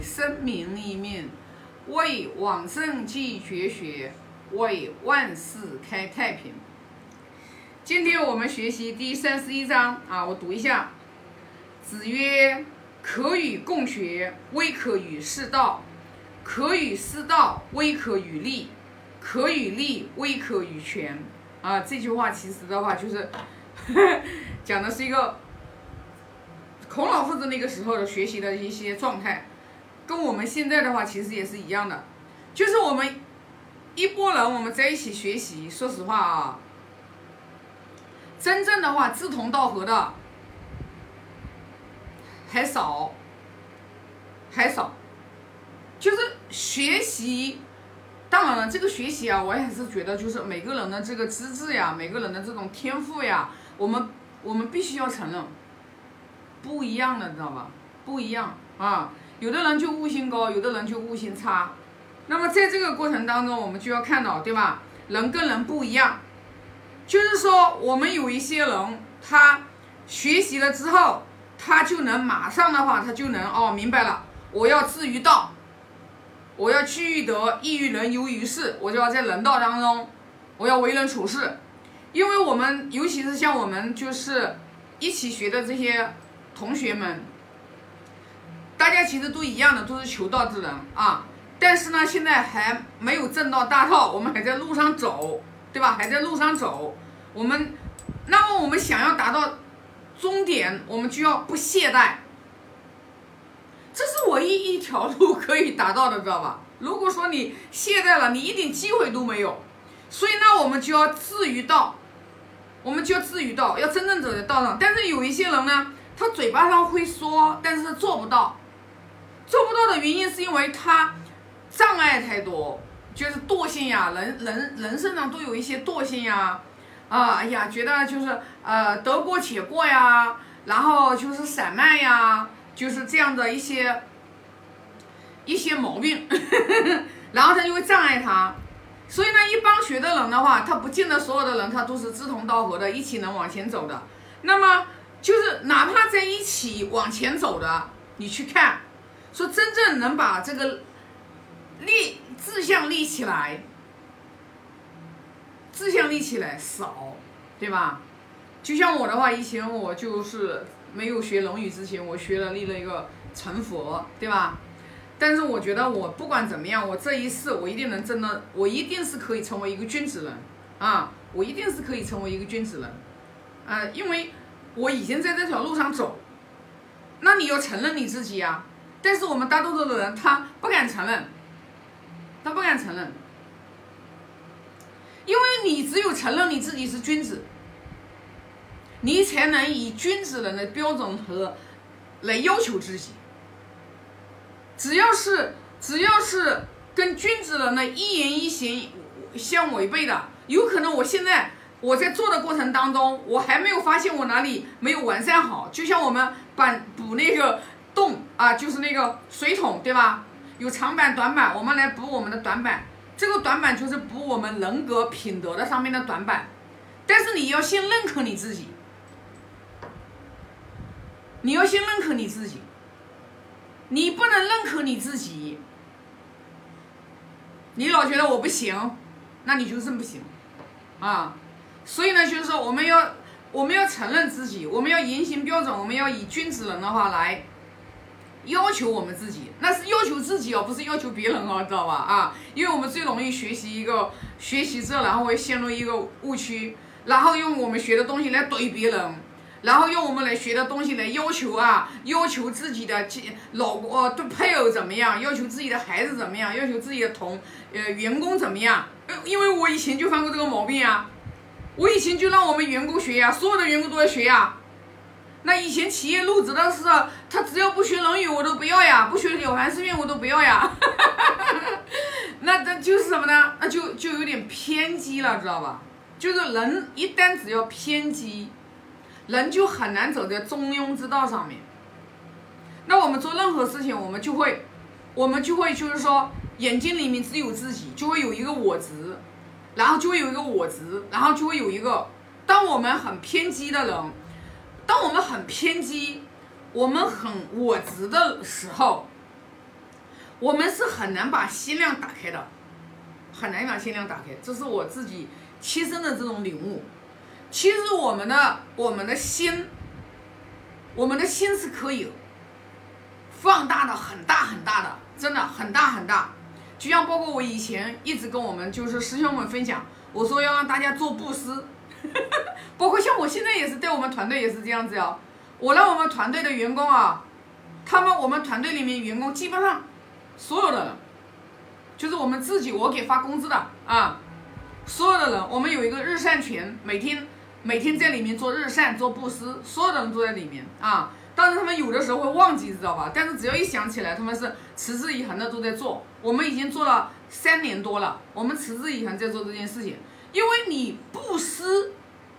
生民立命，为往圣继绝学，为万世开太平。今天我们学习第31章啊，我读一下。子曰：可与共学，微可与适道；可与适道，微可与利；可与利，微可与权。啊，这句话其实的话就是讲的是一个孔老夫子那个时候的学习的一些状态，跟我们现在的话其实也是一样的，就是我们一拨人我们在一起学习，说实话啊，真正的话志同道合的还少，就是学习。当然了，这个学习啊，我也是觉得就是每个人的这个资质呀，每个人的这种天赋呀，我们必须要承认不一样的，知道吧？不一样啊，有的人就悟性高，有的人就悟性差。那么在这个过程当中，我们就要看到，对吧？人跟人不一样，就是说我们有一些人，他学习了之后，他就能马上的话，他就能明白了，我要志于道。我要居于德，益于人，游于世，我就要在人道当中，我要为人处事。因为我们尤其是像我们就是一起学的这些同学们，大家其实都一样的，都是求道之人啊。但是呢，现在还没有正道大道，我们还在路上走，对吧？还在路上走。那么我们想要达到终点，我们就要不懈怠。这是唯一一条路可以达到的，知道吧？如果说你懈怠了，你一点机会都没有。所以呢，我们就要志于道，要真正走在道上。但是有一些人呢，他嘴巴上会说，但是做不到。做不到的原因是因为他障碍太多，就是惰性呀，人身上都有一些惰性呀，觉得就是得过且过呀，然后就是散漫呀。就是这样的一些毛病然后他就会障碍他。所以呢，一帮学的人的话，他不见得所有的人他都是志同道合的，一起能往前走的。那么就是哪怕在一起往前走的，你去看说真正能把这个志向立起来少，对吧？就像我的话，以前我就是没有学论语之前，我立了一个成佛，对吧？但是我觉得我不管怎么样，我这一世我一定能真的，我一定是可以成为一个君子人啊！我一定是可以成为一个君子人，因为我已经在这条路上走。那你要承认你自己啊！但是我们大多数的人他不敢承认，因为你只有承认你自己是君子，你才能以君子人的标准和来要求自己。只要是跟君子人的一言一行相违背的，有可能我在做的过程当中，我还没有发现我哪里没有完善好。就像我们补那个洞啊，就是那个水桶，对吧？有长板短板，我们来补我们的短板。这个短板就是补我们人格品德的上面的短板。但是你要先认可你自己，你不能认可你自己，你老觉得我不行，那你就真不行啊！所以呢，就是说我们要承认自己，我们要言行标准，我们要以君子人的话来要求我们自己，那是要求自己不是要求别人知道吧？因为我们最容易学习之后，然后会陷入一个误区，然后用我们学的东西来怼别人。然后用我们来学的东西来要求自己的对配偶怎么样，要求自己的孩子怎么样，要求自己的员工怎么样。因为我以前就犯过这个毛病啊，我以前就让我们员工学呀，所有的员工都要学呀。那以前企业入职的时候，他只要不学论语我都不要呀，不学了凡四训我都不要呀那就是什么呢？那就有点偏激了，知道吧？就是人一旦只要偏激，人就很难走在中庸之道上面。那我们做任何事情，我们就会就是说，眼睛里面只有自己，就会有一个我执，然后就会有一个，当我们很偏激的人，我们很我执的时候， 我们是很难把心量打开的，很难把心量打开，这是我自己亲身的这种领悟。其实我们的心是可以放大的，很大很大的，真的很大很大。就像包括我以前一直跟我们就是师兄们分享，我说要让大家做布施，包括像我现在也是带我们团队也是这样子呀。我让我们团队的员工啊，我们团队里面员工基本上所有的人，就是我们自己我给发工资的啊，所有的人，我们有一个日善群，每天在里面做日善做布施，所有的人都在里面啊。当然他们有的时候会忘记，知道吧？但是只要一想起来，他们是持之以恒的都在做。我们已经做了3年多了，我们持之以恒在做这件事情。因为你布施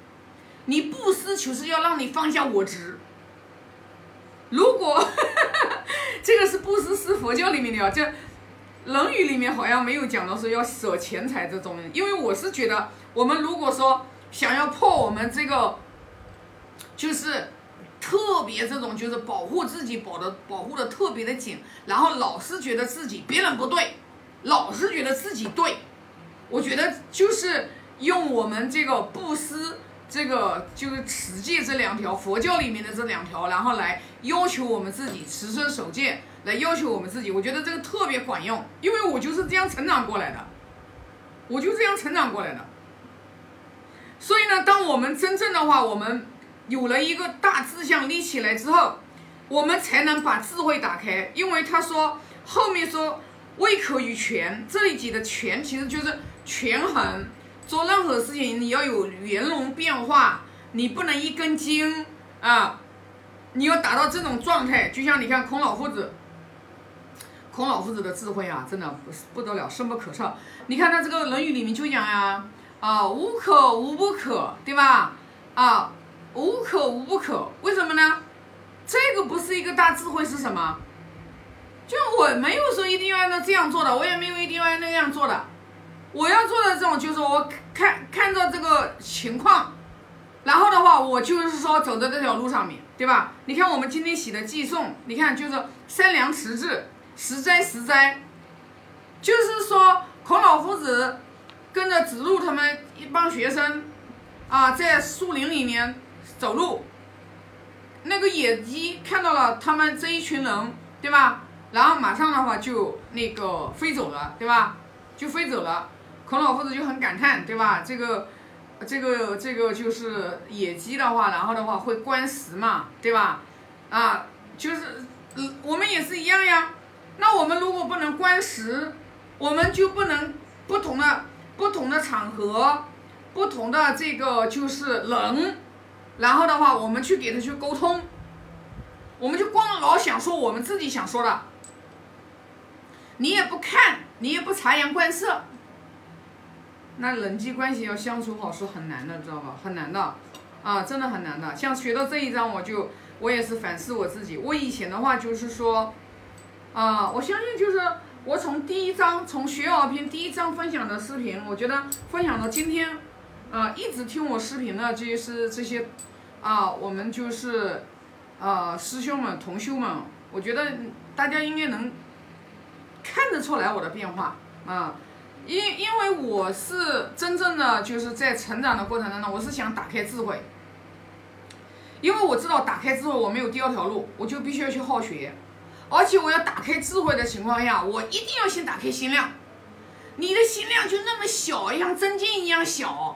就是要让你放下我执。如果这个是布施是佛教里面的啊，这《论语》里面好像没有讲到说要舍钱财这种。因为我是觉得，我们如果说想要破我们这个，就是特别这种就是保护自己保护的特别的紧，然后老是觉得自己别人不对，老是觉得自己对，我觉得就是用我们这个布施这个就是持戒这2条，佛教里面的这2条，然后来要求我们自己持身守戒，来要求我们自己，我觉得这个特别管用，因为我就是这样成长过来的，所以呢，当我们真正的话，我们有了一个大志向立起来之后，我们才能把智慧打开。因为他说后面说未可与权，这里指的权其实就是权衡，做任何事情你要有圆融变化，你不能一根筋啊，你要达到这种状态。就像你看孔老夫子的智慧啊，真的不得了，深不可测。你看他这个《论语》里面就讲呀，无可无不可，对吧？无可无不可，为什么呢？这个不是一个大智慧是什么？就我没有说一定要按照这样做的，我也没有一定要按那样做的。我要做的这种就是我看到这个情况，然后的话我就是说走在这条路上面，对吧？你看我们今天写的寄送，你看就是三良持志，实哉实哉，就是说孔老夫子跟着子路他们一帮学生在树林里面走路，那个野鸡看到了他们这一群人，对吧？然后马上的话就那个飞走了，对吧？就飞走了。孔老夫子就很感叹，对吧？这个就是野鸡的话，然后的话会观食嘛，对吧？就是我们也是一样呀。那我们如果不能观食，我们就不能不同的场合，不同的这个就是人，然后的话我们去给他去沟通，我们就光老想说我们自己想说的，你也不看，你也不察言观色，那人际关系要相处好是很难的，知道吧？很难的真的很难的。像学到这一章，我也是反思我自己。我以前的话就是说我相信就是我从第一章，从学而篇第一章分享的视频，我觉得分享到今天一直听我视频的就是这些我们就是师兄们同修们，我觉得大家应该能看得出来我的变化因为我是真正的就是在成长的过程当中，我是想打开智慧，因为我知道打开智慧我没有第二条路，我就必须要去好学，而且我要打开智慧的情况下，我一定要先打开心量。你的心量就那么小，像针尖一样小，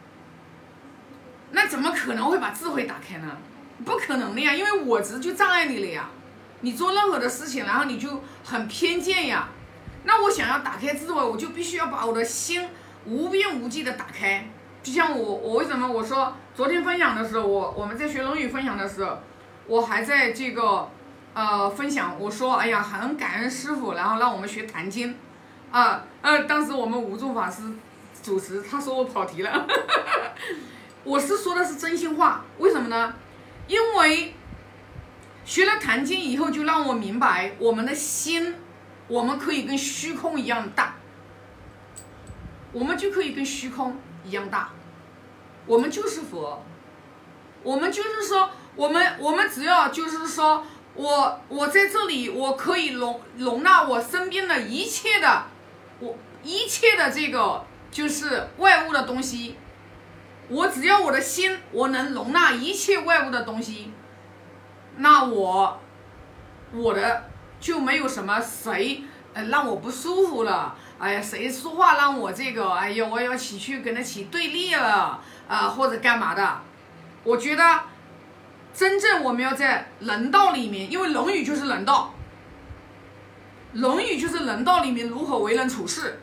那怎么可能会把智慧打开呢？不可能的呀，因为我执就障碍你了呀。你做任何的事情，然后你就很偏见呀。那我想要打开智慧，我就必须要把我的心无边无际的打开。就像我为什么我说昨天分享的时候，我们在学论语分享的时候，我还在这个分享，我说哎呀很感恩师父，然后让我们学坛经当时我们无助法师主持，他说我跑题了我是说的是真心话，为什么呢？因为学了坛经以后，就让我明白我们的心，我们可以跟虚空一样大，我们就可以跟虚空一样大，我们就是佛，我们就是说我们只要就是说我在这里，我可以容纳我身边的一切的这个就是外物的东西。我只要我的心，我能容纳一切外物的东西，那我的就没有什么谁让我不舒服了。哎呀，谁说话让我这个，哎呀，我要去跟他起对立了或者干嘛的？我觉得真正我们要在人道里面，因为《论语》就是人道，《论语》就是人道里面如何为人处事，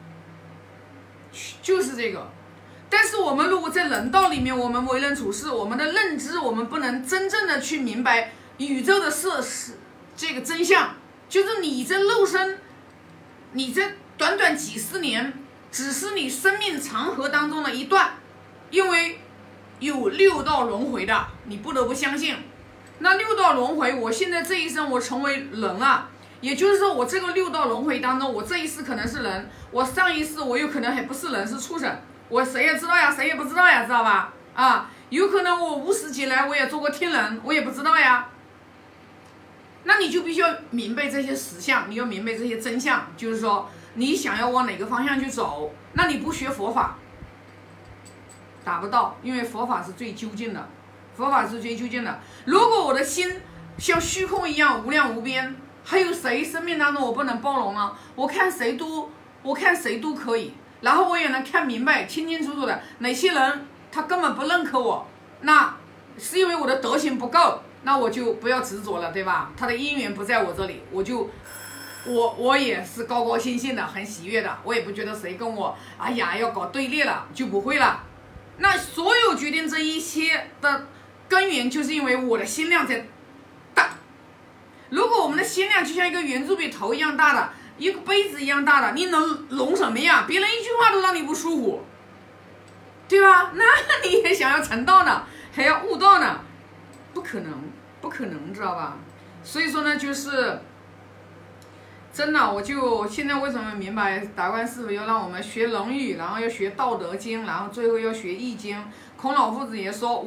就是这个。但是我们如果在人道里面，我们为人处事，我们的认知，我们不能真正的去明白宇宙的这个真相，就是你这肉身，你这短短几十年，只是你生命长河当中的一段，因为有六道轮回的，你不得不相信。那六道轮回，我现在这一生我成为人了，也就是说我这个六道轮回当中，我这一世可能是人，我上一世我有可能还不是人，是畜生。我谁也知道呀，谁也不知道呀，知道吧？有可能我50几来我也做过天人，我也不知道呀。那你就必须要明白这些实相，你要明白这些真相，就是说你想要往哪个方向去走，那你不学佛法达不到，因为佛法是最究竟的，佛法是最究竟的。如果我的心像虚空一样无量无边，还有谁生命当中我不能包容呢？我看谁都可以。然后我也能看明白清清楚楚的哪些人他根本不认可我，那是因为我的德行不够，那我就不要执着了，对吧？他的因缘不在我这里，我也是高高兴兴的，很喜悦的，我也不觉得谁跟我哎呀要搞对立了，就不会了。那所有决定这一切的根源，就是因为我的心量在大。如果我们的心量就像一个圆珠笔头一样大的，一个杯子一样大的，你能容什么呀？别人一句话都让你不舒服，对吧？那你也想要成道呢，还要悟道呢，不可能，知道吧？所以说呢，就是真的，我就现在为什么明白达观师父要让我们学《论语》，然后要学《道德经》，然后最后要学《易经》。孔老夫子也说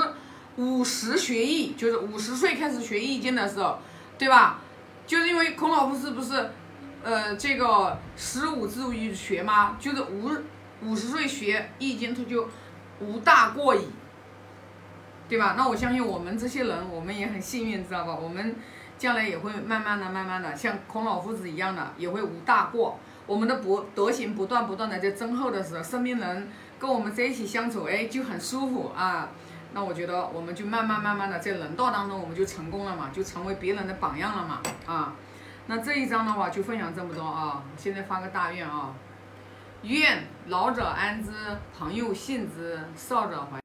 50学易，就是50岁开始学《易经》的时候，对吧？就是因为孔老夫子不是这个15至学吗？就是50岁学易经，他就无大过矣，对吧？那我相信我们这些人，我们也很幸运，知道吧？我们将来也会慢慢的像孔老夫子一样的，也会无大过。我们的德行不断的在增厚的时候，身边人跟我们在一起相处，就很舒服啊。那我觉得我们就慢慢的在人道当中，我们就成功了嘛，就成为别人的榜样了嘛啊。那这一章的话就分享这么多啊，现在发个大愿啊，愿老者安之，朋友信之，少者怀。